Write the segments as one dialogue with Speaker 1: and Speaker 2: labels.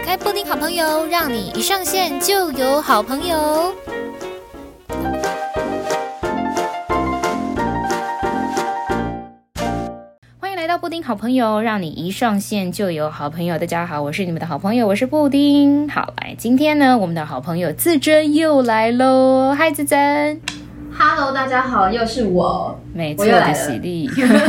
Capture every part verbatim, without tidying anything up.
Speaker 1: 开布丁好朋友，让你一上线就有好朋友。欢迎来到布丁好朋友，让你一上线就有好朋友。大家好，我是你们的好朋友，我是布丁。好，来，今天呢，我们的好朋友自珍又来咯。嗨，自珍。
Speaker 2: Hello， 大家好，又是我，
Speaker 1: 没错的喜力。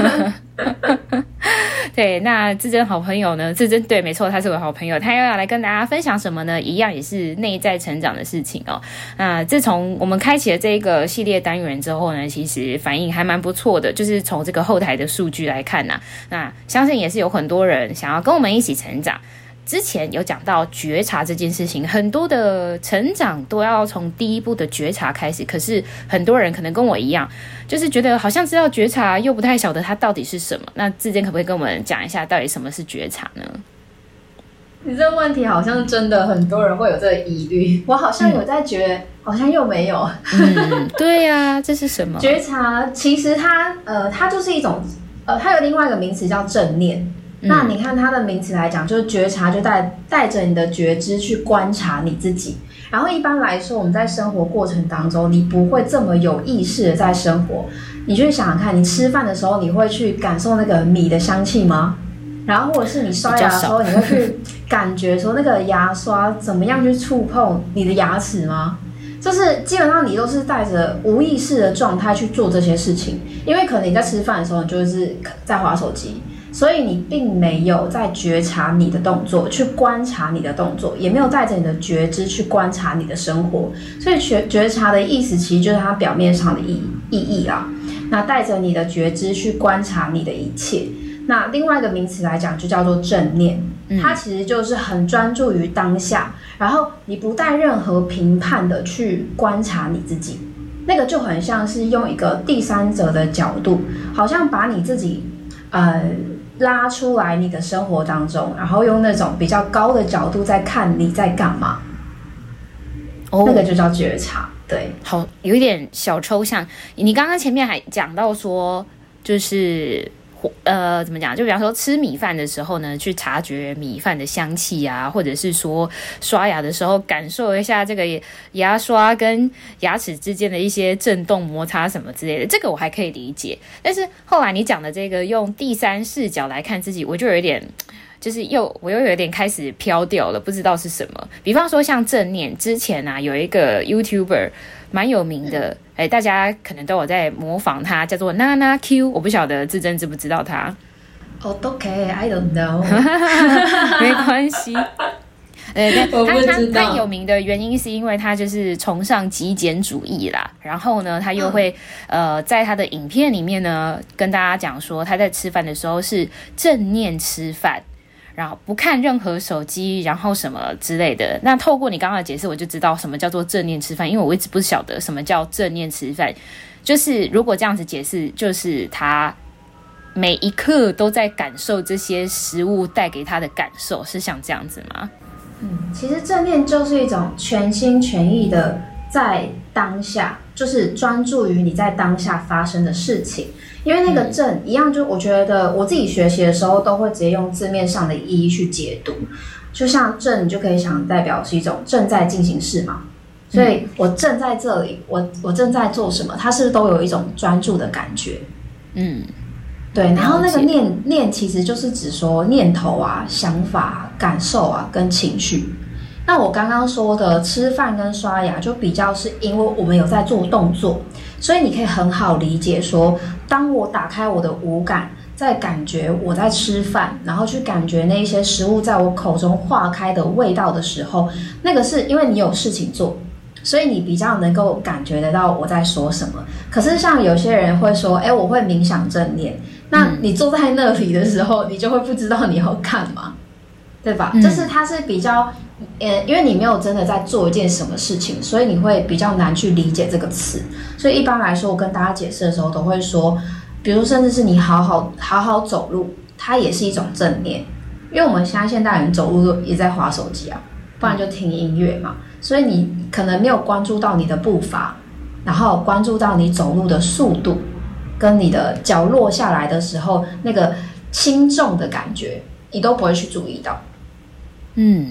Speaker 1: 对，那自珍好朋友呢？自珍对，没错，他是我的好朋友。他又要来跟大家分享什么呢？一样也是内在成长的事情哦。那自从我们开启了这个系列单元之后呢，其实反应还蛮不错的，就是从这个后台的数据来看啊，那相信也是有很多人想要跟我们一起成长。之前有讲到觉察这件事情，很多的成长都要从第一步的觉察开始，可是很多人可能跟我一样，就是觉得好像知道觉察，又不太晓得它到底是什么。那志坚可不可以跟我们讲一下，到底什么是觉察呢？
Speaker 2: 你这个问题好像真的很多人会有这个疑虑，我好像有在觉得、嗯、好像又没有。
Speaker 1: 嗯，对呀、啊，这是什么？
Speaker 2: 觉察其实它呃，它就是一种呃，它有另外一个名词叫正念。那你看它的名词来讲，就是觉察，就带带着你的觉知去观察你自己。然后一般来说，我们在生活过程当中，你不会这么有意识的在生活。你去想想看，你吃饭的时候，你会去感受那个米的香气吗？然后或者是你刷牙的时候，你会去感觉说那个牙刷怎么样去触碰你的牙齿吗？就是基本上你都是带着无意识的状态去做这些事情，因为可能你在吃饭的时候，你就是在滑手机。所以你并没有在觉察你的动作，去观察你的动作，也没有带着你的觉知去观察你的生活。所以觉觉察的意思其实就是它表面上的意意义啦。那带着你的觉知去观察你的一切。那另外一个名词来讲就叫做正念，它其实就是很专注于当下，然后你不带任何评判的去观察你自己。那个就很像是用一个第三者的角度，好像把你自己呃拉出来你的生活当中，然后用那种比较高的角度在看你在干嘛，哦、那个就叫觉察。对，
Speaker 1: 好，有一点小抽象。你刚刚前面还讲到说，就是呃，怎么讲？就比方说吃米饭的时候呢，去察觉米饭的香气啊，或者是说刷牙的时候感受一下这个牙刷跟牙齿之间的一些震动摩擦什么之类的，这个我还可以理解。但是后来你讲的这个用第三视角来看自己，我就有一点。就是又我又有点开始飘掉了，不知道是什么。比方说像正念，之前啊有一个 YouTuber 蛮有名的，哎，大家可能都有在模仿他，叫做娜娜 Q， 我不晓得志珍知不知道他。
Speaker 2: 哦 ，OK， I don't know 。
Speaker 1: 没关系。对对，
Speaker 2: 我不知道。
Speaker 1: 他他有名的原因是因为他就是崇尚极简主义啦，然后呢，他又会、嗯、呃在他的影片里面呢跟大家讲说，他在吃饭的时候是正念吃饭。然后不看任何手机，然后什么之类的。那透过你刚刚的解释，我就知道什么叫做正念吃饭，因为我一直不晓得什么叫正念吃饭。就是如果这样子解释，就是他每一刻都在感受这些食物带给他的感受，是像这样子吗？
Speaker 2: 嗯，其实正念就是一种全心全意的在当下，就是专注于你在当下发生的事情。因为那个正一样，就我觉得我自己学习的时候，都会直接用字面上的意义去解读。就像正，你就可以想代表是一种正在进行式嘛。所以我正在这里，我我正在做什么，它是不是都有一种专注的感觉？嗯，对。然后那个念念其实就是指说念头啊、想法、感受啊跟情绪。那我刚刚说的吃饭跟刷牙，就比较是因为我们有在做动作，所以你可以很好理解说，当我打开我的五感，在感觉我在吃饭，然后去感觉那一些食物在我口中化开的味道的时候，那个是因为你有事情做，所以你比较能够感觉得到我在说什么。可是像有些人会说，哎，我会冥想正念，那你坐在那里的时候，你就会不知道你要干嘛，对吧？嗯、就是它是比较。呃，因为你没有真的在做一件什么事情，所以你会比较难去理解这个词。所以一般来说，我跟大家解释的时候都会说，比如甚至是你好好好好走路，它也是一种正念。因为我们现在现代人走路也在滑手机啊，不然就听音乐嘛。所以你可能没有关注到你的步伐，然后关注到你走路的速度，跟你的脚落下来的时候那个轻重的感觉，你都不会去注意到。
Speaker 1: 嗯。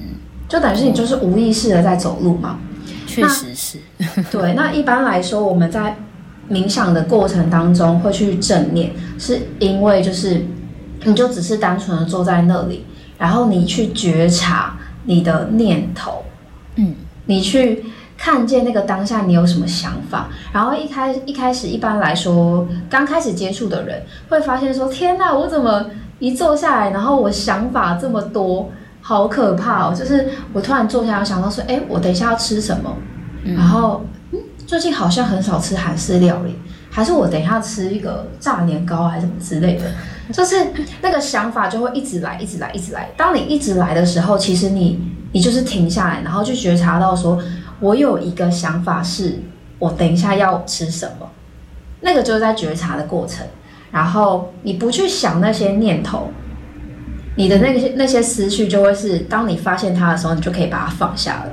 Speaker 2: 就等于是你就是无意识的在走路嘛。
Speaker 1: 确实是。
Speaker 2: 对，那一般来说我们在冥想的过程当中会去正念，是因为就是你就只是单纯的坐在那里，然后你去觉察你的念头，嗯，你去看见那个当下你有什么想法，然后一开一开始一般来说刚开始接触的人会发现说，天哪，我怎么一坐下来，然后我想法这么多，好可怕哦！就是我突然坐下来想到说，哎，我等一下要吃什么，嗯、然后嗯，最近好像很少吃韩式料理，还是我等一下吃一个炸年糕还是什么之类的，就是那个想法就会一直来，一直来，一直来。当你一直来的时候，其实你你就是停下来，然后去觉察到说，我有一个想法是，我等一下要吃什么，那个就是在觉察的过程。然后你不去想那些念头，你的那些那些思绪就会是，当你发现它的时候，你就可以把它放下了。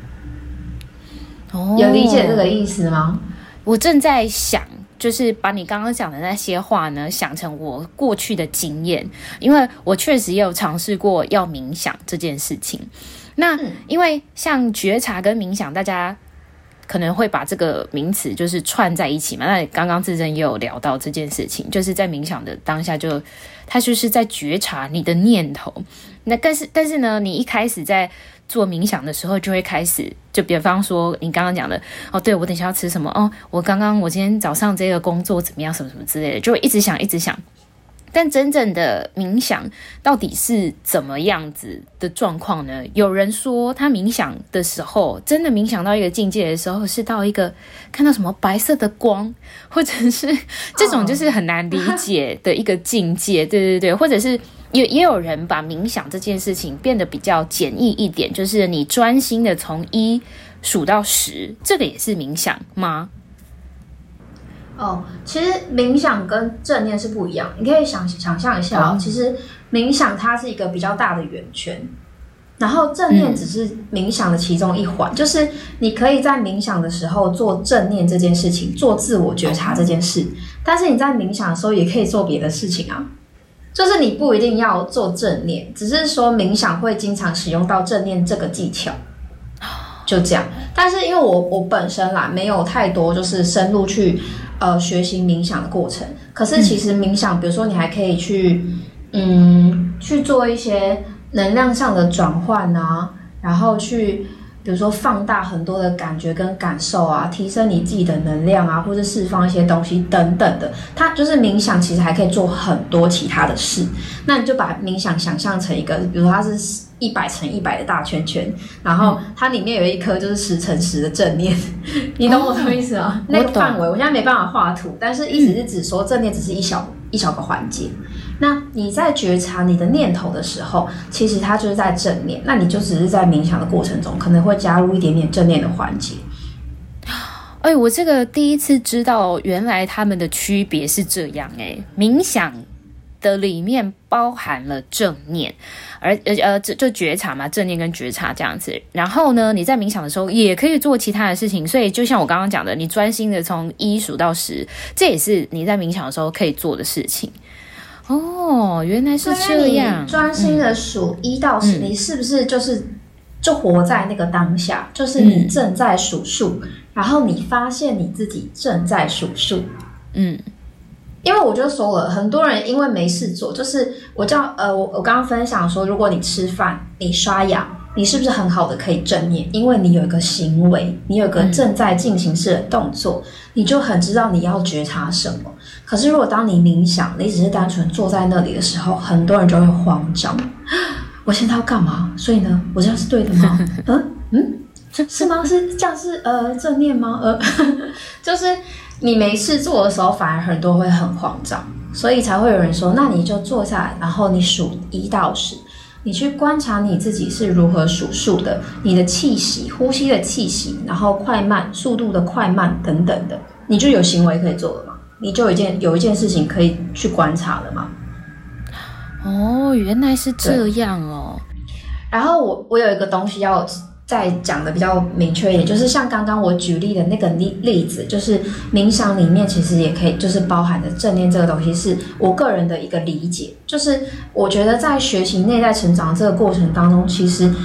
Speaker 2: 哦，有理解这个意思吗？
Speaker 1: 我正在想，就是把你刚刚讲的那些话呢，想成我过去的经验，因为我确实也有尝试过要冥想这件事情。那因为像觉察跟冥想，大家可能会把这个名词就是串在一起嘛。那刚刚志珍也有聊到这件事情，就是在冥想的当下就，它就是在觉察你的念头。那但是但是呢，你一开始在做冥想的时候，就会开始，就比方说你刚刚讲的，哦，对，我等一下要吃什么？哦，我刚刚我今天早上这个工作怎么样？什么什么之类的，就会一直想，一直想。但真正的冥想到底是怎么样子的状况呢？有人说他冥想的时候，真的冥想到一个境界的时候，是到一个看到什么白色的光，或者是这种就是很难理解的一个境界。对对对，或者是也也有人把冥想这件事情变得比较简易一点，就是你专心的从一数到十，这个也是冥想吗？
Speaker 2: 哦，其实冥想跟正念是不一样，你可以想想象一下哦，其实冥想它是一个比较大的圆圈，然后正念只是冥想的其中一环，嗯、就是你可以在冥想的时候做正念这件事情，做自我觉察这件事，但是你在冥想的时候也可以做别的事情啊，就是你不一定要做正念，只是说冥想会经常使用到正念这个技巧。就这样，但是因为我我本身啦没有太多就是深入去呃学习冥想的过程，可是其实冥想，比如说你还可以去嗯去做一些能量上的转换啊，然后去比如说放大很多的感觉跟感受啊，提升你自己的能量啊，或者释放一些东西等等的。它就是冥想，其实还可以做很多其他的事。那你就把冥想想象成一个，比如说它是一百乘一百的大圈圈，然后它里面有一颗就是十乘十的正念，你懂我什么意思吗？那个范围我现在没办法画图，但是意思是指说正念只是一小一小个环节。那你在觉察你的念头的时候，其实它就是在正念，那你就只是在冥想的过程中可能会加入一点点正念的环节。
Speaker 1: 哎，我这个第一次知道原来他们的区别是这样。哎，冥想的里面包含了正念，而呃就就觉察嘛，正念跟觉察这样子。然后呢，你在冥想的时候也可以做其他的事情，所以就像我刚刚讲的，你专心的从一数到十，这也是你在冥想的时候可以做的事情。哦，原来是这样。
Speaker 2: 你专心的数一到十，你是不是就是就活在那个当下？就是你正在数数，嗯、然后你发现你自己正在数数。嗯。因为我就说了，很多人因为没事做，就是我叫呃，我我刚刚分享说，如果你吃饭、你刷牙，你是不是很好的可以正念？因为你有一个行为，你有一个正在进行式的动作，嗯、你就很知道你要觉察什么。可是如果当你冥想，你只是单纯坐在那里的时候，很多人就会慌张。我现在要干嘛？所以呢，我这样是对的吗？嗯嗯，是吗？是这样是呃正念吗？呃，就是。你没事做的时候，反而很多会很慌张，所以才会有人说，那你就坐下来，然后你数一到十，你去观察你自己是如何数数的，你的气息、呼吸的气息，然后快慢、速度的快慢等等的，你就有行为可以做了嘛？你就有一件有一件事情可以去观察了嘛？
Speaker 1: 哦，原来是这样哦。
Speaker 2: 然后我我有一个东西要再讲的比较明确一点，就是像刚刚我举例的那个例例子，就是冥想里面其实也可以就是包含的正念这个东西，是我个人的一个理解。就是我觉得在学习内在成长这个过程当中，其实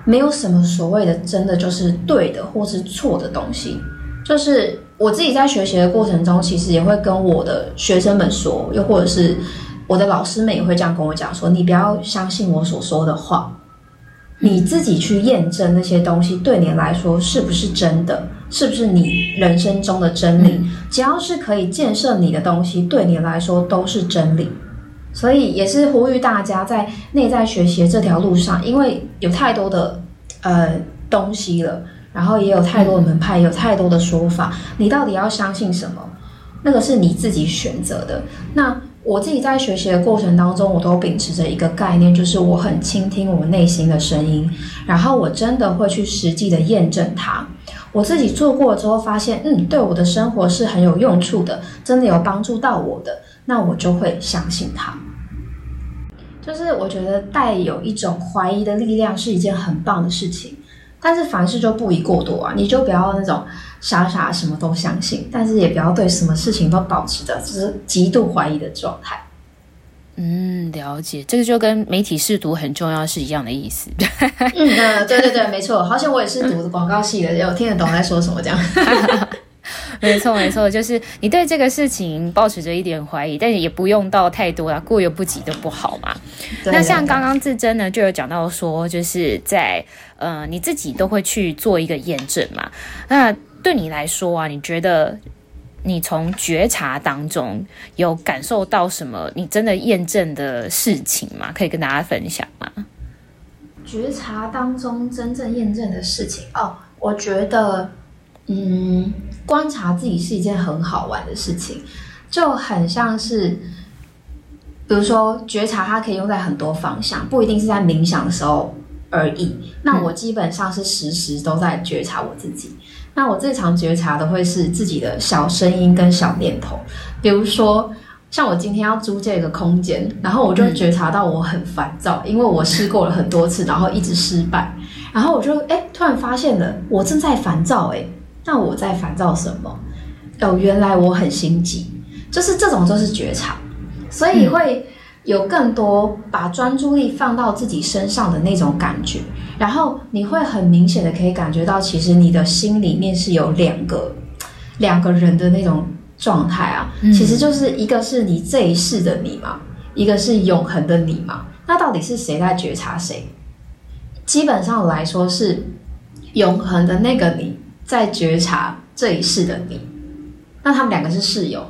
Speaker 2: 没有什么所谓的真的就是对的或是错的东西。就是我自己在学习的过程中，其实也会跟我的学生们说，又或者是我的老师们也会这样跟我讲说，你不要相信我所说的话，你自己去验证那些东西对你来说是不是真的，是不是你人生中的真理，只要是可以建设你的东西，对你来说都是真理。所以也是呼吁大家在内在学习这条路上，因为有太多的呃东西了，然后也有太多的门派，也有太多的说法，你到底要相信什么？那个是你自己选择的。那我自己在学习的过程当中，我都秉持着一个概念，就是我很倾听我内心的声音，然后我真的会去实际的验证它。我自己做过之后发现，嗯，对我的生活是很有用处的，真的有帮助到我的，那我就会相信它。就是我觉得带有一种怀疑的力量是一件很棒的事情，但是凡事就不宜过多啊，你就不要那种傻傻什么都相信，但是也不要对什么事情都保持着就是极度怀疑的状态。
Speaker 1: 嗯，了解，这个就跟媒体识读很重要是一样的意思。
Speaker 2: 嗯，呃，对对对，没错，好像我也是读广告系的，有听得懂在说什么这样。
Speaker 1: 没错没错，就是你对这个事情抱持着一点怀疑，但也不用到太多啦，过犹不及都不好嘛。
Speaker 2: 对对对，
Speaker 1: 那像刚刚志珍呢就有讲到说，就是在呃你自己都会去做一个验证嘛。那对你来说啊，你觉得你从觉察当中有感受到什么你真的验证的事情吗？可以跟大家分享吗？
Speaker 2: 觉察当中真正验证的事情哦，我觉得嗯，观察自己是一件很好玩的事情，就很像是，比如说觉察它可以用在很多方向，不一定是在冥想的时候而已。那我基本上是时时都在觉察我自己。那我最常觉察的会是自己的小声音跟小念头，比如说像我今天要租这个空间，然后我就觉察到我很烦躁，因为我试过了很多次，然后一直失败，然后我就哎突然发现了我正在烦躁哎。那我在烦躁什么？哦，原来我很心急，就是这种就是觉察，所以会有更多把专注力放到自己身上的那种感觉，然后你会很明显的可以感觉到，其实你的心里面是有两个两个人的那种状态啊，嗯、其实就是一个是你这一世的你嘛，一个是永恒的你嘛，那到底是谁在觉察谁？基本上来说是永恒的那个你在觉察这一世的你，那他们两个是室友。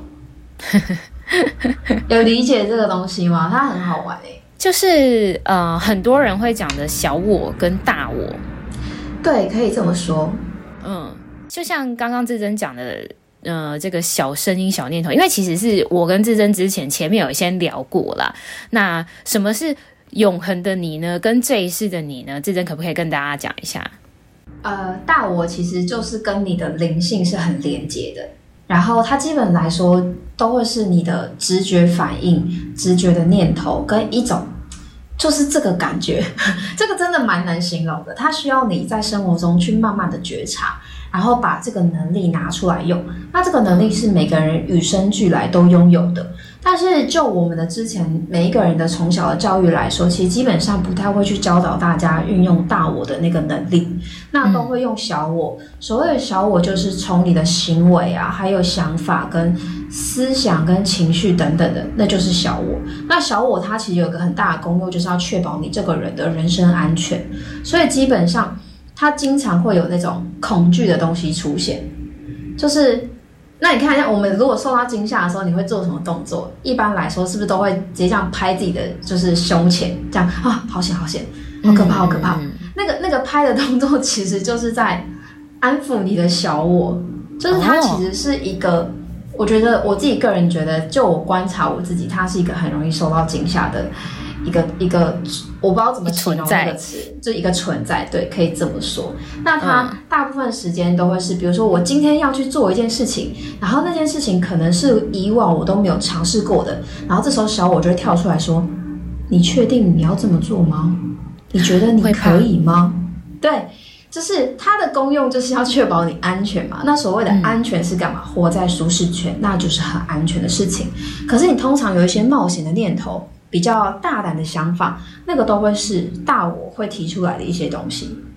Speaker 2: 有理解这个东西吗？它很好玩欸，
Speaker 1: 就是呃，很多人会讲的小我跟大我，
Speaker 2: 对，可以这么说。
Speaker 1: 嗯，就像刚刚志珍讲的，呃，这个小声音、小念头，因为其实是我跟志珍之前前面有先聊过啦。那什么是永恒的你呢？跟这一世的你呢？志珍可不可以跟大家讲一下？
Speaker 2: 呃，大我其实就是跟你的灵性是很连接的，然后它基本来说都会是你的直觉反应、直觉的念头跟一种就是这个感觉，这个真的蛮难形容的，它需要你在生活中去慢慢的觉察，然后把这个能力拿出来用。那这个能力是每个人与生俱来都拥有的，但是就我们的之前每一个人的从小的教育来说，其实基本上不太会去教导大家运用大我的那个能力，那都会用小我。所谓的小我就是从你的行为啊，还有想法跟思想跟情绪等等的，那就是小我。那小我它其实有一个很大的功用，就是要确保你这个人的人身安全，所以基本上它经常会有那种恐惧的东西出现，就是那你看一下，我们如果受到惊吓的时候，你会做什么动作？一般来说，是不是都会直接这样拍自己的就是胸前，这样啊，好险好险，好可怕好可怕。嗯、那个那个拍的动作，其实就是在安抚你的小我，就是它其实是一个，哦、我觉得我自己个人觉得，就我观察我自己，它是一个很容易受到惊吓的一个一个，我不知道怎么形容那个词，就一个存在，对，可以这么说。那它大部分时间都会是，比如说我今天要去做一件事情，然后那件事情可能是以往我都没有尝试过的，然后这时候小我就会跳出来说：“你确定你要这么做吗？你觉得你可以吗？”对，就是它的功用就是要确保你安全嘛。那所谓的安全是干嘛？嗯、活在舒适圈，那就是很安全的事情。可是你通常有一些冒险的念头，比较大胆的想法，那个都会是大我会提出来的一些东西。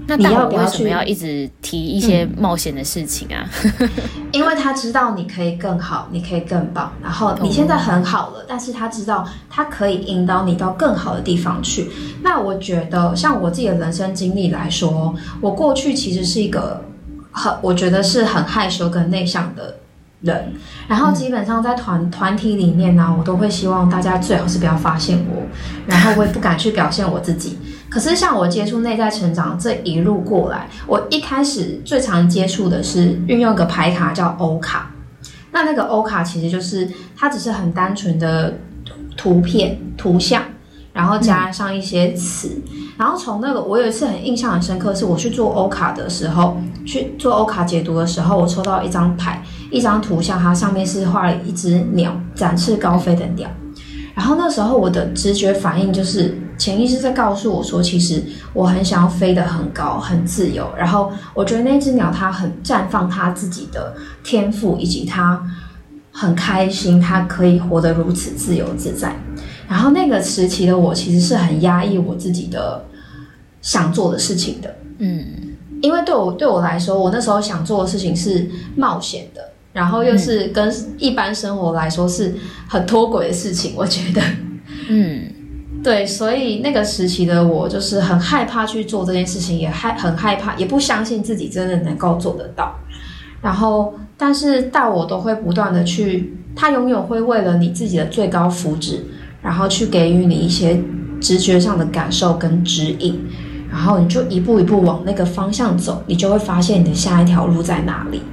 Speaker 1: 那大我为什么要一直提一些冒险的事情啊？嗯、
Speaker 2: 因为他知道你可以更好，你可以更棒，然后你现在很好了，但是他知道他可以引导你到更好的地方去。那我觉得，像我自己的人生经历来说，我过去其实是一个很，我觉得是很害羞跟内向的人，然后基本上在团团体里面呢、啊，我都会希望大家最好是不要发现我，然后我也不敢去表现我自己。可是像我接触内在成长这一路过来，我一开始最常接触的是运用一个牌卡叫欧卡。那那个欧卡其实就是它只是很单纯的图片图像，然后加上一些词。嗯、然后从那个我有一次很印象很深刻，是我去做欧卡的时候，去做欧卡解读的时候，我抽到一张牌，一张图像，它上面是画了一只鸟，展翅高飞的鸟。然后那时候我的直觉反应就是潜意识在告诉我说，其实我很想要飞得很高很自由，然后我觉得那只鸟它很绽放它自己的天赋，以及它很开心它可以活得如此自由自在。然后那个时期的我其实是很压抑我自己的想做的事情的，嗯，因为对我对我来说，我那时候想做的事情是冒险的，然后又是跟一般生活来说是很脱轨的事情，我觉得，嗯，对，所以那个时期的我就是很害怕去做这件事情，也害很害怕，也不相信自己真的能够做得到。然后，但是大我都会不断的去，他永远会为了你自己的最高福祉，然后去给予你一些直觉上的感受跟指引，然后你就一步一步往那个方向走，你就会发现你的下一条路在哪里。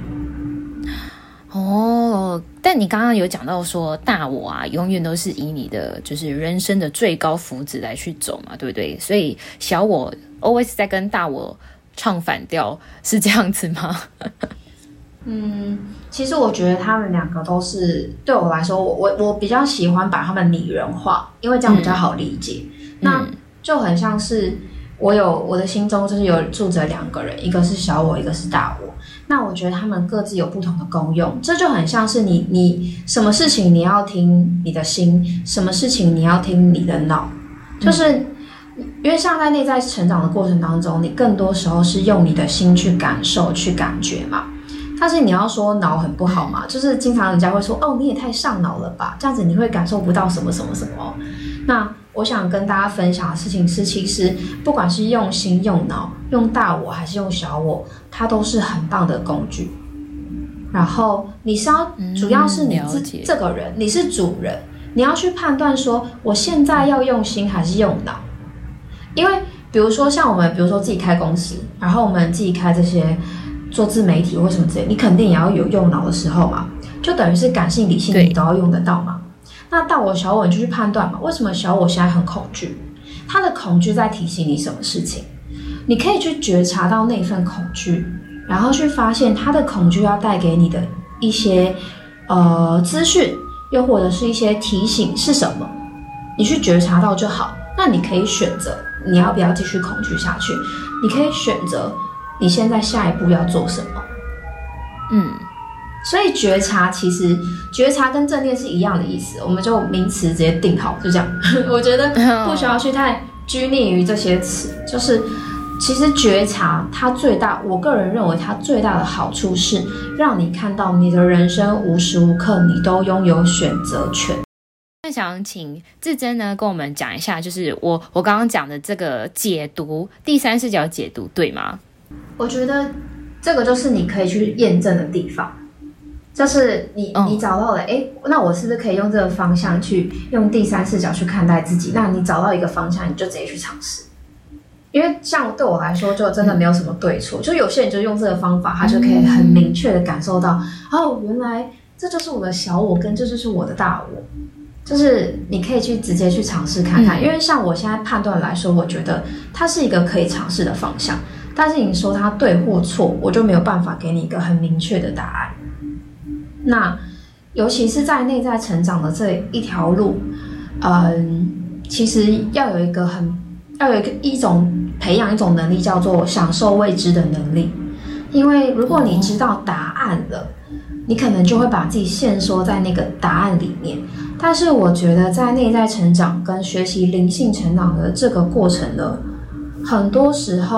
Speaker 1: 哦，但你刚刚有讲到说大我啊，永远都是以你的就是人生的最高福祉来去走嘛，对不对？所以小我 always 在跟大我唱反调，是这样子吗？
Speaker 2: 嗯，其实我觉得他们两个都是对我来说，我我我比较喜欢把他们拟人化，因为这样比较好理解。嗯、那就很像是我有我的心中就是有住着两个人，一个是小我，一个是大我。那我觉得他们各自有不同的功用，这就很像是你你什么事情你要听你的心，什么事情你要听你的脑，就是。嗯因为像在内在成长的过程当中，你更多时候是用你的心去感受、去感觉嘛。但是你要说脑很不好嘛，就是经常人家会说哦，你也太上脑了吧，这样子你会感受不到什么什么什么。那我想跟大家分享的事情是，其实不管是用心、用脑、用大我还是用小我，它都是很棒的工具。然后你是要，主要是你自、嗯、这个人，你是主人，你要去判断说，我现在要用心还是用脑。因为比如说像我们比如说自己开公司，然后我们自己开这些做自媒体或什么之类，你肯定也要有用脑的时候嘛，就等于是感性理性你都要用得到嘛。那大我小我你就去判断嘛，为什么小我现在很恐惧，他的恐惧在提醒你什么事情，你可以去觉察到那份恐惧，然后去发现他的恐惧要带给你的一些呃资讯，又或者是一些提醒是什么，你去觉察到就好。那你可以选择你要不要继续恐惧下去，你可以选择你现在下一步要做什么。嗯，所以觉察其实觉察跟正念是一样的意思，我们就名词直接定好，就这样。我觉得不需要去太拘泥于这些词，就是其实觉察它最大，我个人认为它最大的好处是让你看到你的人生无时无刻你都拥有选择权。
Speaker 1: 那想请至臻呢跟我们讲一下，就是我我刚刚讲的这个解读，第三视角解读对吗？
Speaker 2: 我觉得这个就是你可以去验证的地方，就是你、嗯、你找到了，哎，那我是不是可以用这个方向去用第三视角去看待自己？那你找到一个方向，你就直接去尝试。因为像对我来说，就真的没有什么对错，嗯、就有些人就用这个方法，他就可以很明确的感受到，嗯、哦，原来这就是我的小我，跟这就是我的大我。就是你可以去直接去尝试看看，嗯、因为像我现在判断来说，我觉得它是一个可以尝试的方向。但是你说它对或错，我就没有办法给你一个很明确的答案。那尤其是在内在成长的这一条路，嗯，其实要有一个很要有一个一种培养一种能力，叫做享受未知的能力。因为如果你知道答案了，你可能就会把自己限缩在那个答案里面。但是我觉得在内在成长跟学习灵性成长的这个过程呢，很多时候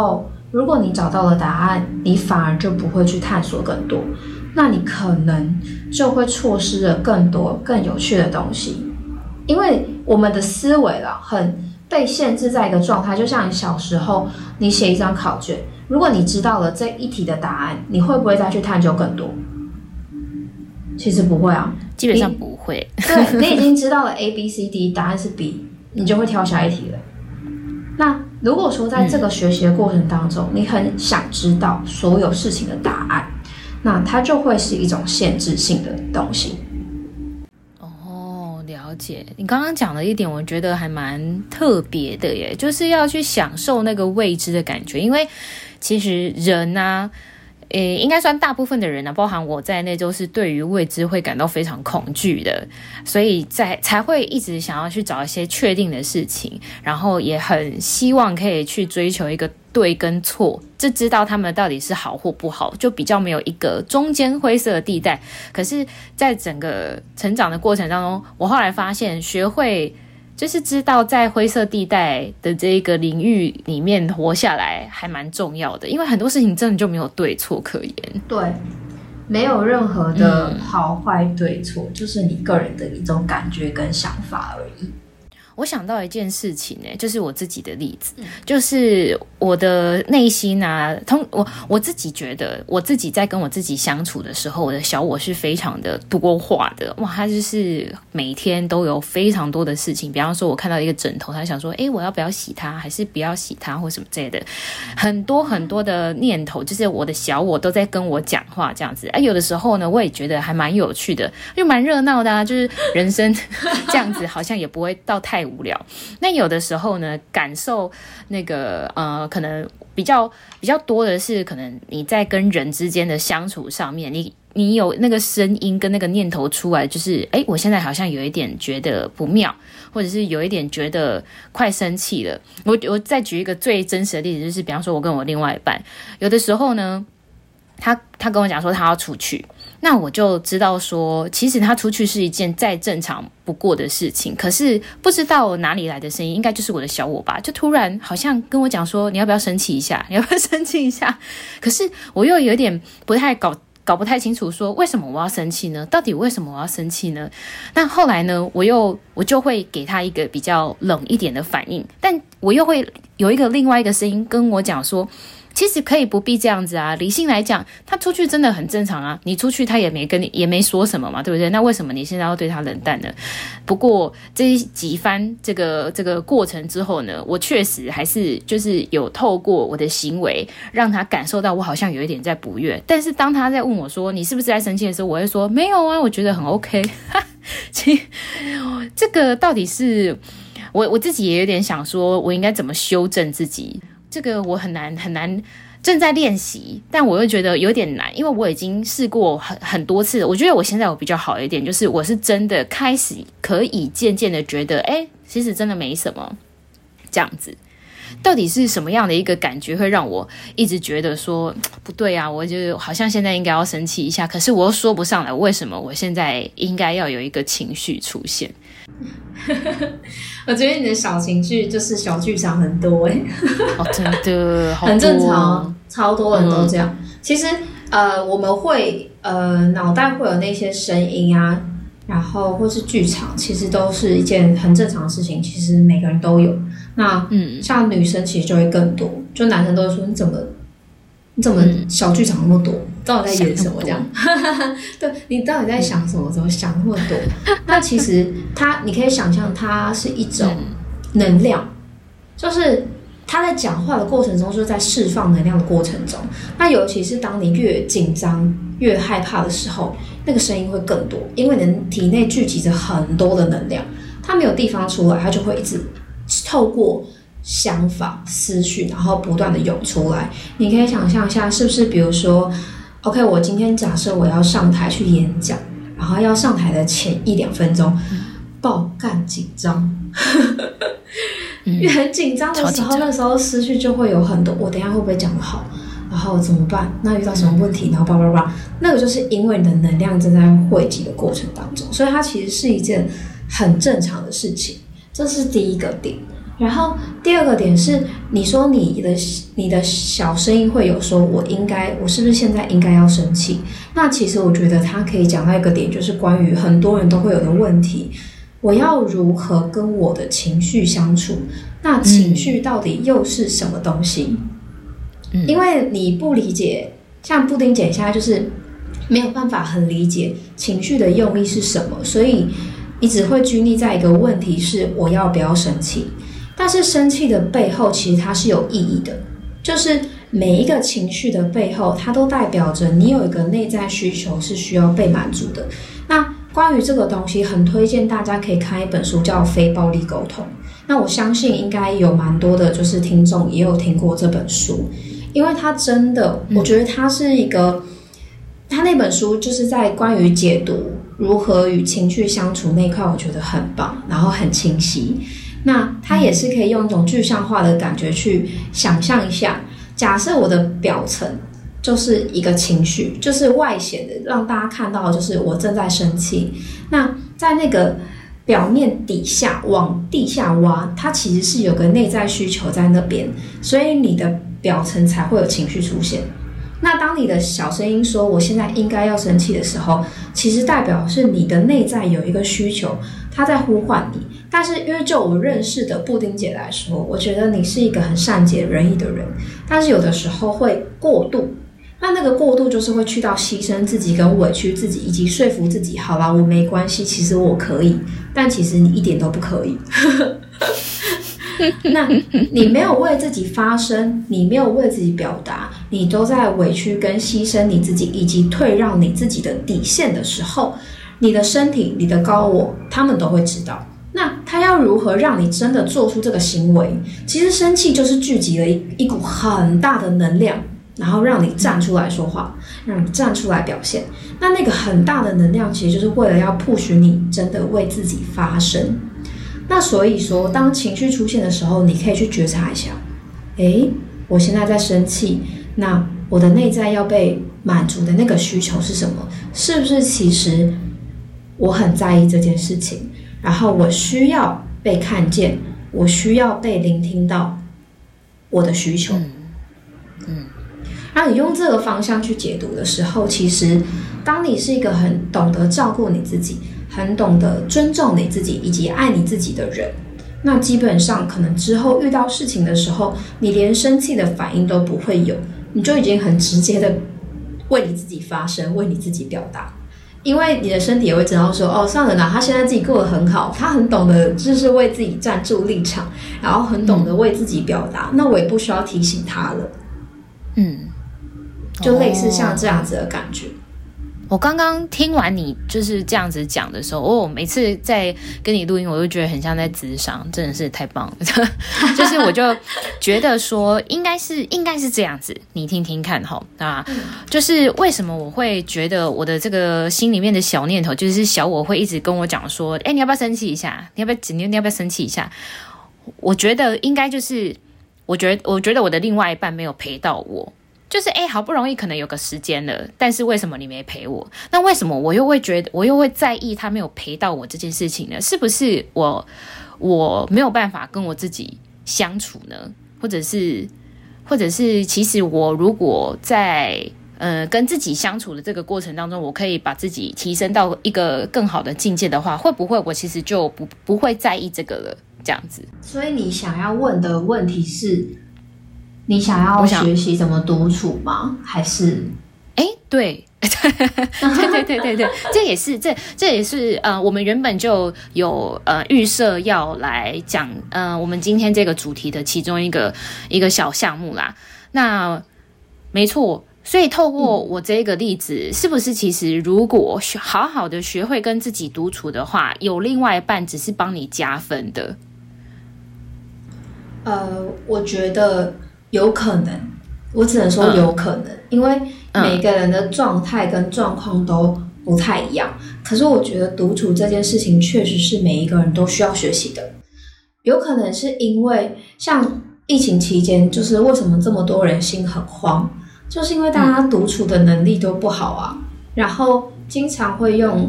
Speaker 2: 如果你找到了答案，你反而就不会去探索更多，那你可能就会错失了更多更有趣的东西。因为我们的思维啦，很被限制在一个状态，就像你小时候你写一张考卷，如果你知道了这一题的答案，你会不会再去探究更多？其实不会啊，
Speaker 1: 基本上不会。
Speaker 2: 对，你已经知道了 A B C D， 答案是 B， 你就会挑下一题了。那如果说在这个学习的过程当中，嗯、你很想知道所有事情的答案，那它就会是一种限制性的东西。
Speaker 1: 哦，了解。你刚刚讲的一点，我觉得还蛮特别的耶，就是要去享受那个未知的感觉，因为其实人啊。诶，应该算大部分的人呢、啊，包含我在内，都是对于未知会感到非常恐惧的，所以在才会一直想要去找一些确定的事情，然后也很希望可以去追求一个对跟错，就知道他们到底是好或不好，就比较没有一个中间灰色的地带。可是，在整个成长的过程当中，我后来发现，学会。就是知道在灰色地带的这个领域里面活下来还蛮重要的，因为很多事情真的就没有对错可言。
Speaker 2: 对，没有任何的好坏对错、嗯，就是你个人的一种感觉跟想法而已。
Speaker 1: 我想到一件事情呢、欸，就是我自己的例子，嗯、就是我的内心啊，通我我自己觉得，我自己在跟我自己相处的时候，我的小我是非常的多话的，哇，他就是每天都有非常多的事情，比方说我看到一个枕头，他想说，诶，我要不要洗它，还是不要洗它，或什么之类的，很多很多的念头，就是我的小我都在跟我讲话这样子。啊，有的时候呢，我也觉得还蛮有趣的，就蛮热闹的啊，就是人生这样子，好像也不会到太无聊。那有的时候呢，感受那个呃，可能比较比较多的是，可能你在跟人之间的相处上面，你你有那个声音跟那个念头出来，就是哎，我现在好像有一点觉得不妙，或者是有一点觉得快生气了。我我再举一个最真实的例子，就是比方说，我跟我另外一半，有的时候呢，他他跟我讲说他要出去。那我就知道说，其实他出去是一件再正常不过的事情，可是不知道哪里来的声音，应该就是我的小我吧，就突然好像跟我讲说，你要不要生气一下，你要不要生气一下，可是我又有点不太搞搞不太清楚说，为什么我要生气呢？到底为什么我要生气呢？那后来呢，我又我就会给他一个比较冷一点的反应，但我又会有一个另外一个声音跟我讲说，其实可以不必这样子啊，理性来讲，他出去真的很正常啊。你出去他也没跟你也没说什么嘛，对不对？那为什么你现在要对他冷淡呢？不过这几番这个这个过程之后呢，我确实还是就是有透过我的行为让他感受到我好像有一点在不悦。但是当他在问我说你是不是在生气的时候，我会说没有啊，我觉得很 OK。其实这个到底是我我自己也有点想说，我应该怎么修正自己。这个我很难很难正在练习，但我又觉得有点难，因为我已经试过很很多次了。我觉得我现在我比较好一点，就是我是真的开始可以渐渐的觉得，哎，其实真的没什么这样子。到底是什么样的一个感觉会让我一直觉得说不对啊，我就好像现在应该要生气一下，可是我又说不上来为什么我现在应该要有一个情绪出现。
Speaker 2: 我觉得你的小情绪就是小剧场很多哎、欸，
Speaker 1: 哦，真的好多
Speaker 2: 很正常，超多人都这样。嗯、其实呃，我们会呃脑袋会有那些声音啊，然后或是剧场，其实都是一件很正常的事情。其实每个人都有。那嗯，像女生其实就会更多，就男生都会说你怎么你怎么小剧场那么多？嗯、到底在演什么这样？对，你到底在想什么？怎么想那么多？那其实它，你可以想象它是一种能量，就是他在讲话的过程中，就是在释放能量的过程中。那尤其是当你越紧张、越害怕的时候，那个声音会更多，因为你的体内聚集着很多的能量，它没有地方出来，它就会一直透过想法、思绪，然后不断的涌出来。你可以想象一下，是不是？比如说 ，OK， 我今天假设我要上台去演讲，然后要上台的前一两分钟，爆干紧张。很紧张的时候，那时候思绪就会有很多。我等一下会不会讲得好？然后怎么办？那遇到什么问题？然后叭叭叭，那个就是因为你的能量正在汇集的过程当中，所以它其实是一件很正常的事情。这是第一个点。 然后第二个点是，你说你的你的小声音会有说，我应该，我是不是现在应该要生气？那其实我觉得他可以讲到一个点，就是关于很多人都会有的问题，我要如何跟我的情绪相处？那情绪到底又是什么东西？嗯、因为你不理解，像布丁姐现在就是没有办法很理解情绪的用意是什么，所以你只会拘泥在一个问题是我要不要生气。但是生气的背后其实它是有意义的，就是每一个情绪的背后它都代表着你有一个内在需求是需要被满足的。那关于这个东西很推荐大家可以看一本书叫《非暴力沟通》，那我相信应该有蛮多的就是听众也有听过这本书，因为它真的我觉得它是一个他那本书就是在关于解读如何与情绪相处那一块我觉得很棒，然后很清晰。那他也是可以用一种具象化的感觉去想象一下，假设我的表层就是一个情绪，就是外显的让大家看到就是我正在生气，那在那个表面底下往地下挖，它其实是有个内在需求在那边，所以你的表层才会有情绪出现。那当你的小声音说我现在应该要生气的时候，其实代表是你的内在有一个需求，它在呼唤你。但是因为就我认识的布丁姐来说，我觉得你是一个很善解人意的人，但是有的时候会过度，那那个过度就是会去到牺牲自己跟委屈自己，以及说服自己好啦我没关系，其实我可以，但其实你一点都不可以那你没有为自己发声，你没有为自己表达，你都在委屈跟牺牲你自己以及退让你自己的底线的时候，你的身体你的高我他们都会知道。那他要如何让你真的做出这个行为？其实生气就是聚集了 一, 一股很大的能量，然后让你站出来说话，让你站出来表现。那那个很大的能量其实就是为了要 push 你真的为自己发声。那所以说当情绪出现的时候，你可以去觉察一下，诶，我现在在生气，那我的内在要被满足的那个需求是什么？是不是其实我很在意这件事情，然后我需要被看见，我需要被聆听到我的需求。嗯嗯，然后你用这个方向去解读的时候，其实当你是一个很懂得照顾你自己，很懂得尊重你自己以及爱你自己的人，那基本上可能之后遇到事情的时候，你连生气的反应都不会有，你就已经很直接的为你自己发声，为你自己表达。因为你的身体也会知道说，哦，算了啦，他现在自己过得很好，他很懂得就是为自己站住立场，然后很懂得为自己表达，嗯、那我也不需要提醒他了。嗯，就类似像这样子的感觉。哦，
Speaker 1: 我刚刚听完你就是这样子讲的时候，哦，每次在跟你录音，我都觉得很像在咨商，真的是太棒了。就是我就觉得说，应该是应该是这样子，你听听看哈啊，就是为什么我会觉得我的这个心里面的小念头，就是小我会一直跟我讲说，哎，你要不要生气一下？你要不要你要不要生气一下？我觉得应该就是，我觉得我觉得我的另外一半没有陪到我。就是哎，好不容易可能有个时间了，但是为什么你没陪我？那为什么我又会觉得，我又会在意他没有陪到我这件事情呢？是不是我我没有办法跟我自己相处呢？或者是，或者是，其实我如果在呃跟自己相处的这个过程当中，我可以把自己提升到一个更好的境界的话，会不会我其实就不不会在意这个了？这样子。
Speaker 2: 所以你想要问的问题是？你想要学习怎么独处吗？还是？
Speaker 1: 哎，对，对对对对对，这也是这这也是呃，我们原本就有呃预设要来讲呃，我们今天这个主题的其中一个一个小项目啦。那没错，所以透过我这个例子，嗯、是不是其实如果好好的学会跟自己独处的话，有另外一半只是帮你加分的？
Speaker 2: 呃，我觉得。有可能，我只能说有可能，嗯、因为每个人的状态跟状况都不太一样。嗯、可是我觉得独处这件事情确实是每一个人都需要学习的。有可能是因为像疫情期间，就是为什么这么多人心很慌，就是因为大家独处的能力都不好啊，嗯、然后经常会用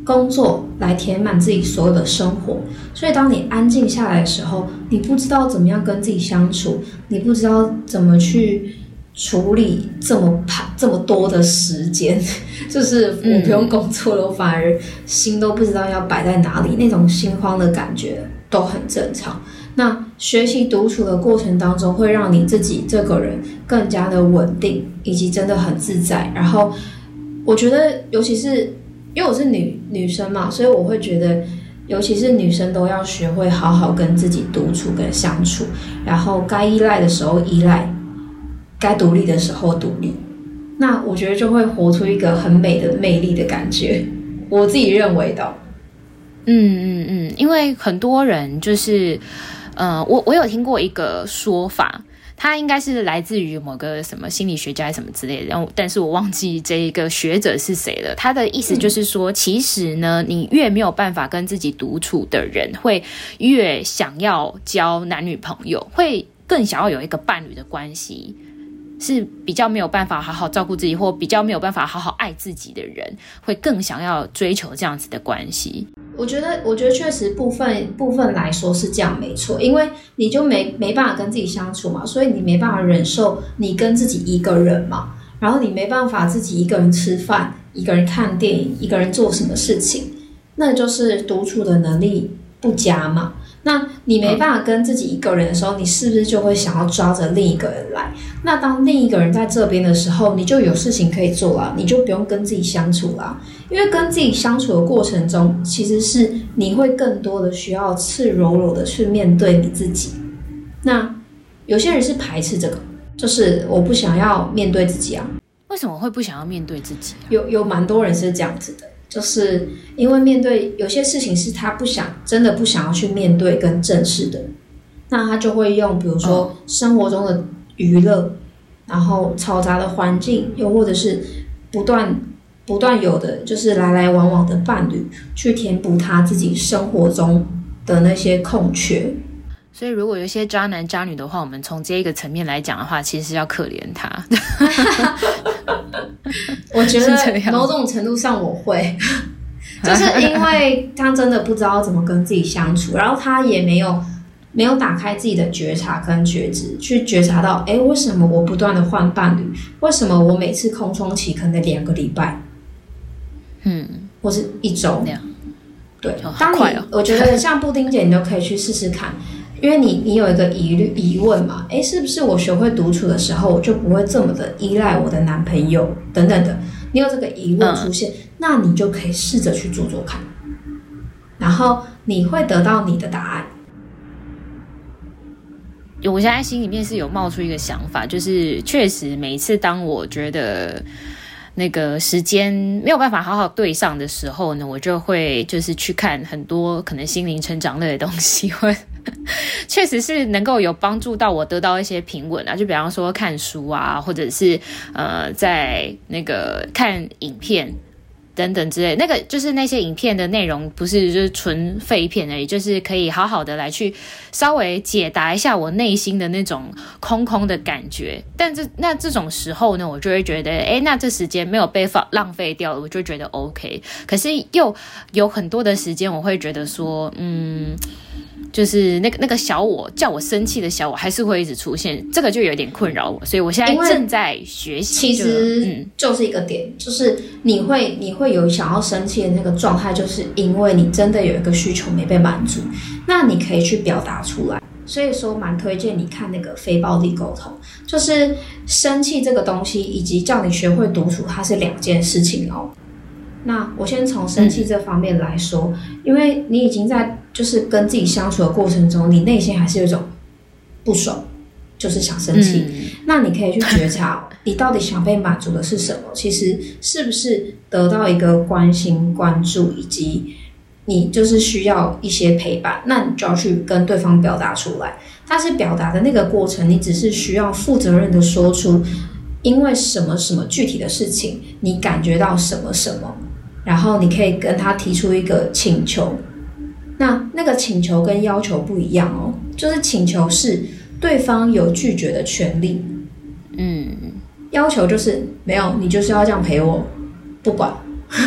Speaker 2: 工作来填满自己所有的生活，所以当你安静下来的时候，你不知道怎么样跟自己相处，你不知道怎么去处理这么这么多的时间，就是我不用工作了，我反而心都不知道要摆在哪里，那种心慌的感觉都很正常。那学习独处的过程当中，会让你自己这个人更加的稳定，以及真的很自在。然后我觉得，尤其是因为我是女女生嘛，所以我会觉得，尤其是女生都要学会好好跟自己独处跟相处，然后该依赖的时候依赖，该独立的时候独立。那我觉得就会活出一个很美的魅力的感觉，我自己认为的。
Speaker 1: 嗯嗯嗯，因为很多人就是。呃，我我有听过一个说法，它应该是来自于某个什么心理学家什么之类的，然后但是我忘记这一个学者是谁了。他的意思就是说，嗯、其实呢，你越没有办法跟自己独处的人，会越想要交男女朋友，会更想要有一个伴侣的关系。是比较没有办法好好照顾自己，或比较没有办法好好爱自己的人，会更想要追求这样子的关系。
Speaker 2: 我觉得，我觉得确实部分部分来说是这样，没错，因为你就没没办法跟自己相处嘛，所以你没办法忍受你跟自己一个人嘛，然后你没办法自己一个人吃饭，一个人看电影，一个人做什么事情，那就是独处的能力不佳嘛。那你没办法跟自己一个人的时候，你是不是就会想要抓着另一个人来？那当另一个人在这边的时候，你就有事情可以做啦，你就不用跟自己相处啦。因为跟自己相处的过程中，其实是你会更多的需要赤裸裸的去面对你自己。那有些人是排斥这个，就是我不想要面对自己啊。
Speaker 1: 为什么会不想要面对自己啊？
Speaker 2: 有有蛮多人是这样子的。就是因为面对有些事情是他不想真的不想要去面对跟正视的，那他就会用比如说生活中的娱乐，然后嘈杂的环境，又或者是不断不断有的就是来来往往的伴侣，去填补他自己生活中的那些空缺。
Speaker 1: 所以如果有一些渣男渣女的话，我们从这一个层面来讲的话，其实要可怜他。
Speaker 2: 我觉得某种程度上我会，就是因为他真的不知道怎么跟自己相处，然后他也没有没有打开自己的觉察跟觉知，去觉察到，哎，为什么我不断的换伴侣？为什么我每次空窗期可能两个礼拜，嗯，或是一周？对，哦当你、哦、我觉得像布丁姐，你都可以去试试看。因为你你有一个疑虑疑问嘛，诶，是不是我学会独处的时候，我就不会这么的依赖我的男朋友等等的？你有这个疑问出现，嗯、那你就可以试着去做做看，然后你会得到你的答案。
Speaker 1: 我现在心里面是有冒出一个想法，就是确实每一次当我觉得那个时间没有办法好好对上的时候呢，我就会就是去看很多可能心灵成长类的东西，会确实是能够有帮助到我得到一些平稳啊，就比方说看书啊，或者是呃在那个看影片等等之类，那个就是那些影片的内容不是就是纯废片而已，就是可以好好的来去稍微解答一下我内心的那种空空的感觉。但这那这种时候呢，我就会觉得，哎，那这时间没有被浪费掉了，我就觉得 OK。可是又有很多的时间，我会觉得说，嗯。就是那个那个小我叫我生气的小我还是会一直出现，这个就有点困扰我，所以我现在正在学习。
Speaker 2: 其实就是一个点，嗯、就是你会你会有想要生气的那个状态，就是因为你真的有一个需求没被满足，那你可以去表达出来。所以说，蛮推荐你看那个非暴力沟通，就是生气这个东西，以及叫你学会独处，它是两件事情哦。那我先从生气这方面来说，嗯、因为你已经在就是跟自己相处的过程中，你内心还是有一种不爽，就是想生气。嗯、那你可以去觉察，你到底想被满足的是什么？其实是不是得到一个关心、关注，以及你就是需要一些陪伴？那你就要去跟对方表达出来。但是表达的那个过程，你只是需要负责任的说出，因为什么什么具体的事情，你感觉到什么什么。然后你可以跟他提出一个请求，那那个请求跟要求不一样哦，就是请求是对方有拒绝的权利，嗯，要求就是没有，你就是要这样陪我，不管，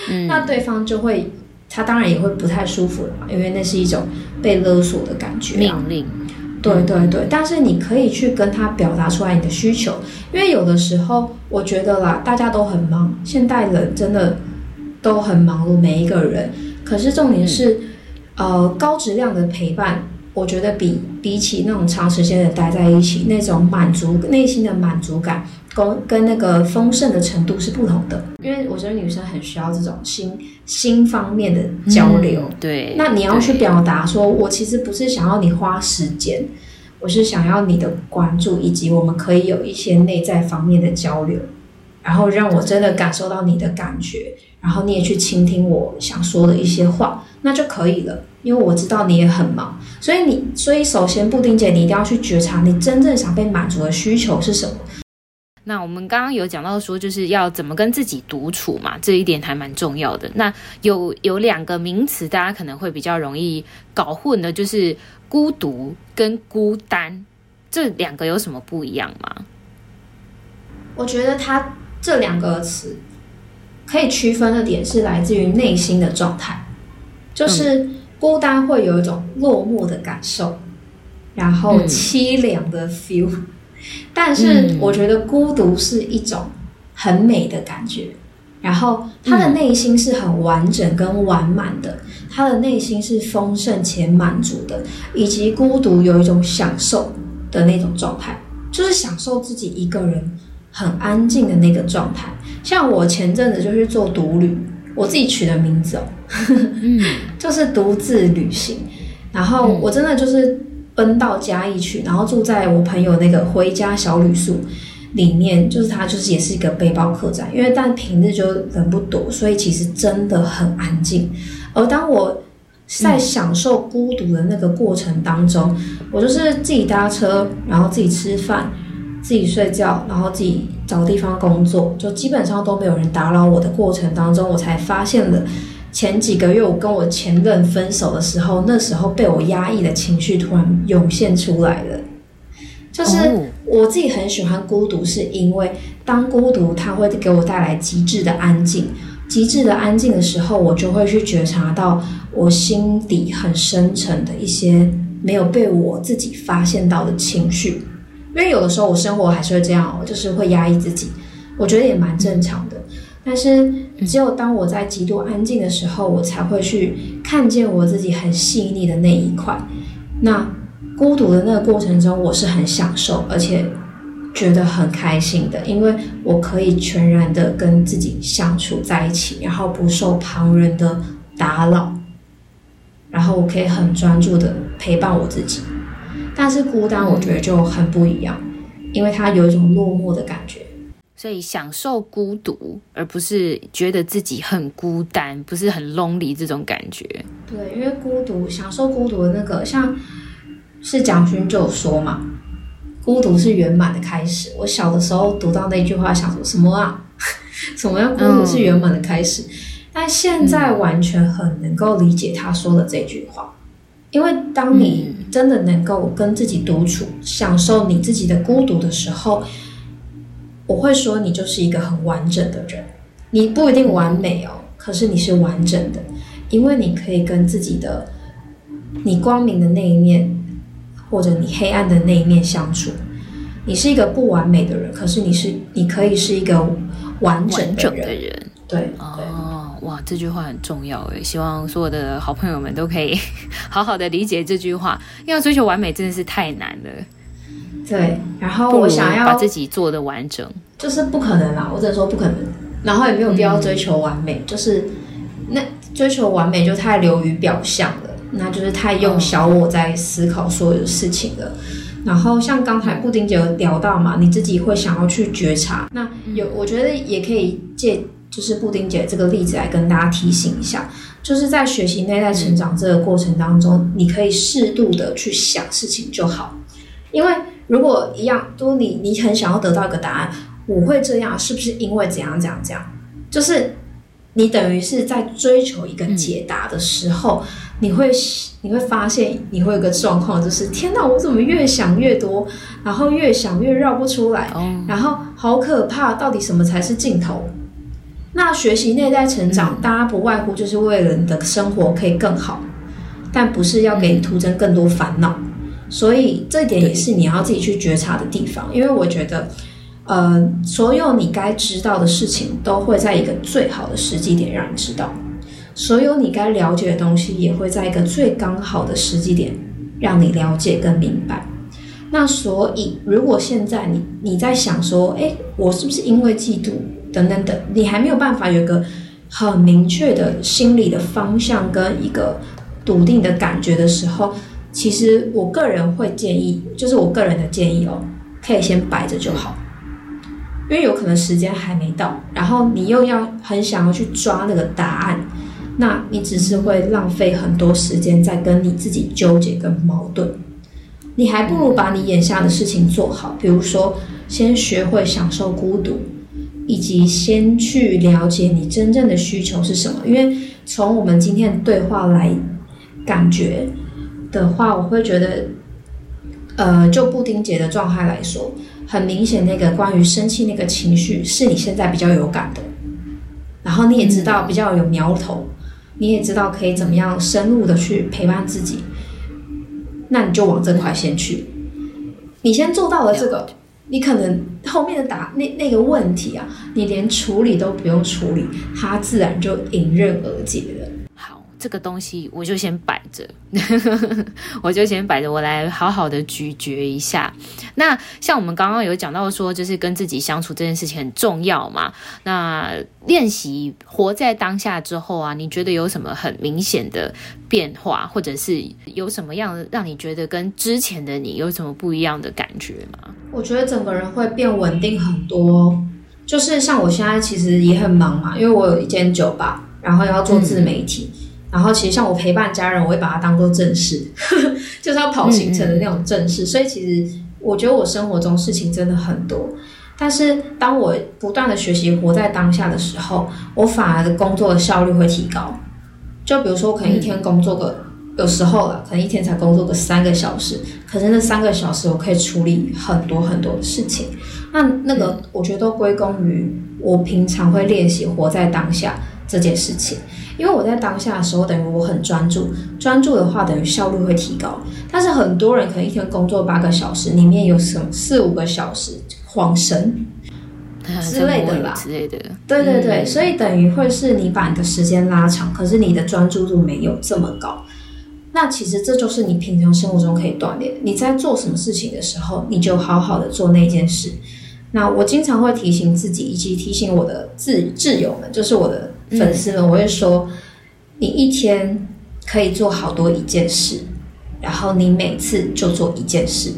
Speaker 3: 嗯、那对方就会，他当然也会不太舒服了嘛，因为那是一种被勒索的感觉、
Speaker 1: 啊，命令。
Speaker 3: 对对对，但是你可以去跟他表达出来你的需求，因为有的时候我觉得啦，大家都很忙，现代人真的都很忙碌，每一个人。可是重点是，嗯、呃，高质量的陪伴，我觉得比比起那种长时间的待在一起，那种满足内心的满足感，跟跟那个丰盛的程度是不同的。因为我觉得女生很需要这种心心方面的交流，
Speaker 1: 嗯、对。
Speaker 3: 那你要去表达说，我其实不是想要你花时间，我是想要你的关注，以及我们可以有一些内在方面的交流，然后让我真的感受到你的感觉，然后你也去倾听我想说的一些话，那就可以了。因为我知道你也很忙，所以你，所以首先布丁姐，你一定要去觉察你真正想被满足的需求是什么。
Speaker 1: 那我们刚刚有讲到说，就是要怎么跟自己独处嘛，这一点还蛮重要的。那有有两个名词，大家可能会比较容易搞混的，就是孤独跟孤单，这两个有什么不一样吗？
Speaker 3: 我觉得它这两个词可以区分的点是来自于内心的状态，就是孤单会有一种落寞的感受，然后凄凉的 feel、嗯。但是我觉得孤独是一种很美的感觉，然后他的内心是很完整跟完满的，他的内心是丰盛且满足的，以及孤独有一种享受的那种状态，就是享受自己一个人很安静的那个状态。像我前阵子就去做独旅，我自己取的名字哦，就是独自旅行，然后我真的就是奔到嘉义去，然后住在我朋友那个回家小旅宿里面，就是它就是也是一个背包客栈，因为但平日就人不多，所以其实真的很安静。而当我在享受孤独的那个过程当中，我就是自己搭车，然后自己吃饭，自己睡觉，然后自己找地方工作，就基本上都没有人打扰我的过程当中，我才发现了前几个月我跟我前任分手的时候，那时候被我压抑的情绪突然涌现出来了。就是我自己很喜欢孤独，是因为当孤独它会给我带来极致的安静，极致的安静的时候，我就会去觉察到我心底很深沉的一些没有被我自己发现到的情绪。因为有的时候我生活还是会这样，就是会压抑自己，我觉得也蛮正常的。但是只有当我在极度安静的时候，我才会去看见我自己很细腻的那一块。那孤独的那个过程中，我是很享受，而且觉得很开心的，因为我可以全然的跟自己相处在一起，然后不受旁人的打扰，然后我可以很专注的陪伴我自己。但是孤单我觉得就很不一样，因为它有一种落寞的感觉。
Speaker 1: 所以享受孤独，而不是觉得自己很孤单，不是很 lonely 这种感觉。
Speaker 3: 对，因为孤独，享受孤独的那个，像是蒋勋就有说嘛，孤独是圆满的开始。我小的时候读到那句话，想说什么啊？什么叫孤独是圆满的开始？嗯、但现在完全很能够理解他说的这句话，因为当你真的能够跟自己独处，享受你自己的孤独的时候，我会说你就是一个很完整的人。你不一定完美哦，可是你是完整的，因为你可以跟自己的你光明的那一面，或者你黑暗的那一面相处。你是一个不完美的人，可是你是你可以是一个完整的人。
Speaker 1: 完整的人，
Speaker 3: 对
Speaker 1: 哦，哇，这句话很重要诶，希望所有的好朋友们都可以好好的理解这句话。要追求完美真的是太难了。
Speaker 3: 对，然后我想要
Speaker 1: 把自己做的完整，
Speaker 3: 就是不可能啦，我只能说不可能。然后也没有必要追求完美，嗯、就是那追求完美就太流于表象了，那就是太用小我在思考所有的事情了。嗯、然后像刚才布丁姐有聊到嘛，你自己会想要去觉察，那有我觉得也可以借就是布丁姐这个例子来跟大家提醒一下，就是在学习内在成长这个过程当中，你可以适度的去想事情就好，因为如果一样，都你你很想要得到一个答案，我会这样是不是因为怎样怎样怎样，就是你等于是在追求一个解答的时候，嗯、你会你会发现你会有一个状况，就是天哪，我怎么越想越多，然后越想越绕不出来，哦、然后好可怕，到底什么才是尽头？ 那学习内在成长，大家不外乎就是为了你的生活可以更好，但不是要给你徒增更多烦恼。所以这一点也是你要自己去觉察的地方。因为我觉得，呃，所有你该知道的事情都会在一个最好的时机点让你知道，所有你该了解的东西也会在一个最刚好的时机点让你了解跟明白。那所以，如果现在你你在想说，哎，我是不是因为嫉妒等等等，你还没有办法有一个很明确的心理的方向跟一个笃定的感觉的时候，其实我个人会建议，就是我个人的建议哦，可以先摆着就好，因为有可能时间还没到，然后你又要很想要去抓那个答案，那你只是会浪费很多时间在跟你自己纠结跟矛盾。你还不如把你眼下的事情做好，比如说先学会享受孤独，以及先去了解你真正的需求是什么。因为从我们今天的对话来感觉的话，我会觉得呃，就布丁姐的状态来说，很明显那个关于生气那个情绪是你现在比较有感的，然后你也知道比较有苗头，你也知道可以怎么样深入的去陪伴自己，那你就往这块先去。你先做到了这个，你可能后面的答那那个问题啊，你连处理都不用处理，它自然就迎刃而解了。
Speaker 1: 好，这个东西我就先摆着，我就先摆着，我来好好的咀嚼一下。那像我们刚刚有讲到说，就是跟自己相处这件事情很重要嘛。那练习活在当下之后啊，你觉得有什么很明显的变化，或者是有什么样让你觉得跟之前的你有什么不一样的感觉吗？
Speaker 3: 我觉得整个人会变稳定很多，就是像我现在其实也很忙嘛，因为我有一间酒吧，然后要做自媒体。嗯，然后其实像我陪伴家人，我会把它当做正事，就是要跑行程的那种正事。嗯嗯，所以其实我觉得我生活中事情真的很多，但是当我不断的学习活在当下的时候，我反而的工作的效率会提高。就比如说我可能一天工作个、嗯、有时候啦，可能一天才工作个三个小时，可是那三个小时我可以处理很多很多的事情。那那个我觉得都归功于我平常会练习活在当下这件事情。因为我在当下的时候，等于我很专注，专注的话等于效率会提高。但是很多人可能一天工作八个小时，里面有什么四五个小时晃神之类的啦，
Speaker 1: 之类的。
Speaker 3: 对对对，嗯，所以等于会是你把你的时间拉长，可是你的专注度没有这么高。那其实这就是你平常生活中可以锻炼。你在做什么事情的时候，你就好好的做那件事。那我经常会提醒自己，以及提醒我的挚挚友们，就是我的粉丝们，嗯，我会说，你一天可以做好多一件事，然后你每次就做一件事。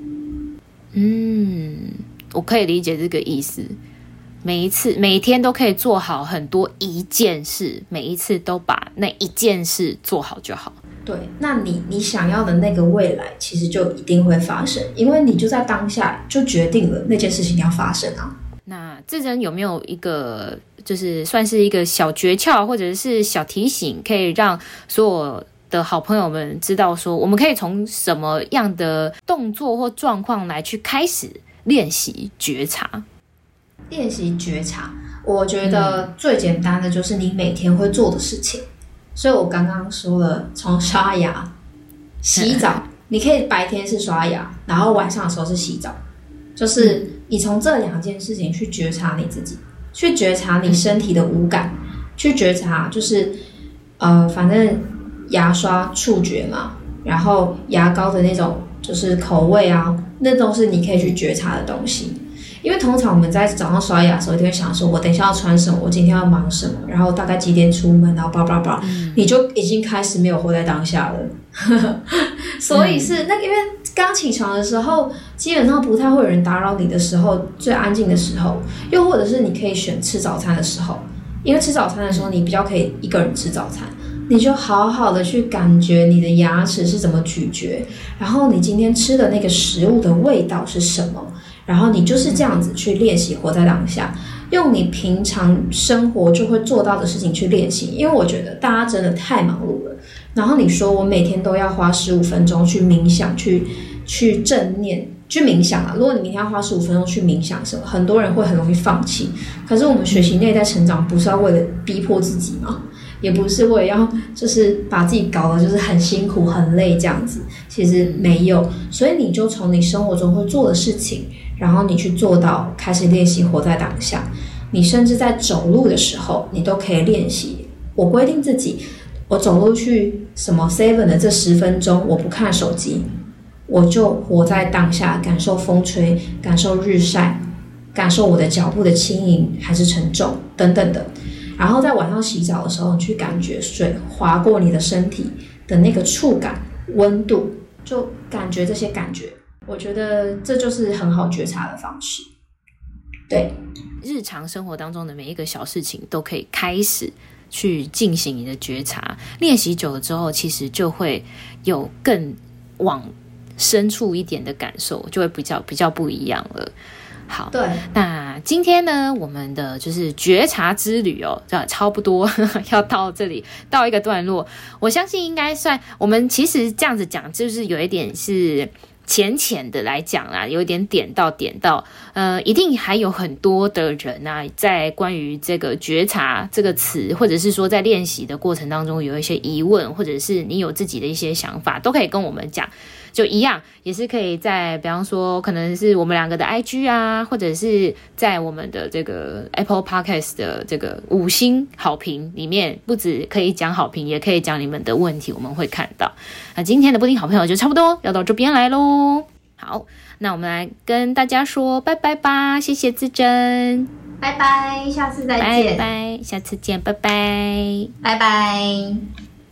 Speaker 1: 嗯，我可以理解这个意思。每一次每一天都可以做好很多一件事，每一次都把那一件事做好就好。
Speaker 3: 对，那你你想要的那个未来其实就一定会发生，因为你就在当下就决定了那件事情要发生啊。
Speaker 1: 那志珍有没有一个就是算是一个小诀窍或者是小提醒，可以让所有的好朋友们知道说，我们可以从什么样的动作或状况来去开始练习觉察？
Speaker 3: 练习觉察，我觉得最简单的就是你每天会做的事情。所以我刚刚说了，从刷牙、洗澡，你可以白天是刷牙，然后晚上的时候是洗澡，就是你从这两件事情去觉察你自己，去觉察你身体的五感，去觉察就是呃，反正牙刷触觉嘛，然后牙膏的那种就是口味啊，那都是你可以去觉察的东西。因为通常我们在早上刷牙的时候，一定会想说，我等一下要穿什么，我今天要忙什么，然后大概几点出门，然后叭叭叭，你就已经开始没有活在当下了。所以是那个，因为刚起床的时候，基本上不太会有人打扰你的时候，最安静的时候，又或者是你可以选吃早餐的时候，因为吃早餐的时候，你比较可以一个人吃早餐。你就好好的去感觉你的牙齿是怎么咀嚼，然后你今天吃的那个食物的味道是什么，然后你就是这样子去练习活在当下，用你平常生活就会做到的事情去练习。因为我觉得大家真的太忙碌了，然后你说我每天都要花十五分钟去冥想，去去正念， 去冥想啊。如果你明天要花十五分钟去冥想什么，很多人会很容易放弃。可是我们学习内在成长，不是要为了逼迫自己吗？也不是为了要就是把自己搞得就是很辛苦很累这样子，其实没有。所以你就从你生活中会做的事情，然后你去做到开始练习活在当下。你甚至在走路的时候，你都可以练习。我规定自己，我走路去什么 seven 的这十分钟，我不看手机，我就活在当下，感受风吹，感受日晒，感受我的脚步的轻盈还是沉重等等的。然后在晚上洗澡的时候，你去感觉水划过你的身体的那个触感、温度，就感觉这些感觉。我觉得这就是很好觉察的方式。对，
Speaker 1: 日常生活当中的每一个小事情都可以开始去进行你的觉察，练习久了之后，其实就会有更往深处一点的感受，就会比较比较不一样了。好，
Speaker 3: 对，
Speaker 1: 那今天呢，我们的就是觉察之旅哦，差不多要到这里到一个段落。我相信应该算，我们其实这样子讲，就是有一点是浅浅的来讲啦，有一点点到点到，呃，一定还有很多的人啊，在关于这个觉察这个词，或者是说在练习的过程当中有一些疑问，或者是你有自己的一些想法，都可以跟我们讲。就一样，也是可以在，比方说，可能是我们两个的 I G 啊，或者是在我们的这个 Apple Podcast 的这个五星好评里面，不只可以讲好评，也可以讲你们的问题，我们会看到。那今天的布丁好朋友就差不多要到这边来咯。好，那我们来跟大家说拜拜吧，谢谢姿珍，
Speaker 2: 拜拜，下次再见，
Speaker 1: 拜拜，下次见，拜拜，
Speaker 2: 拜拜。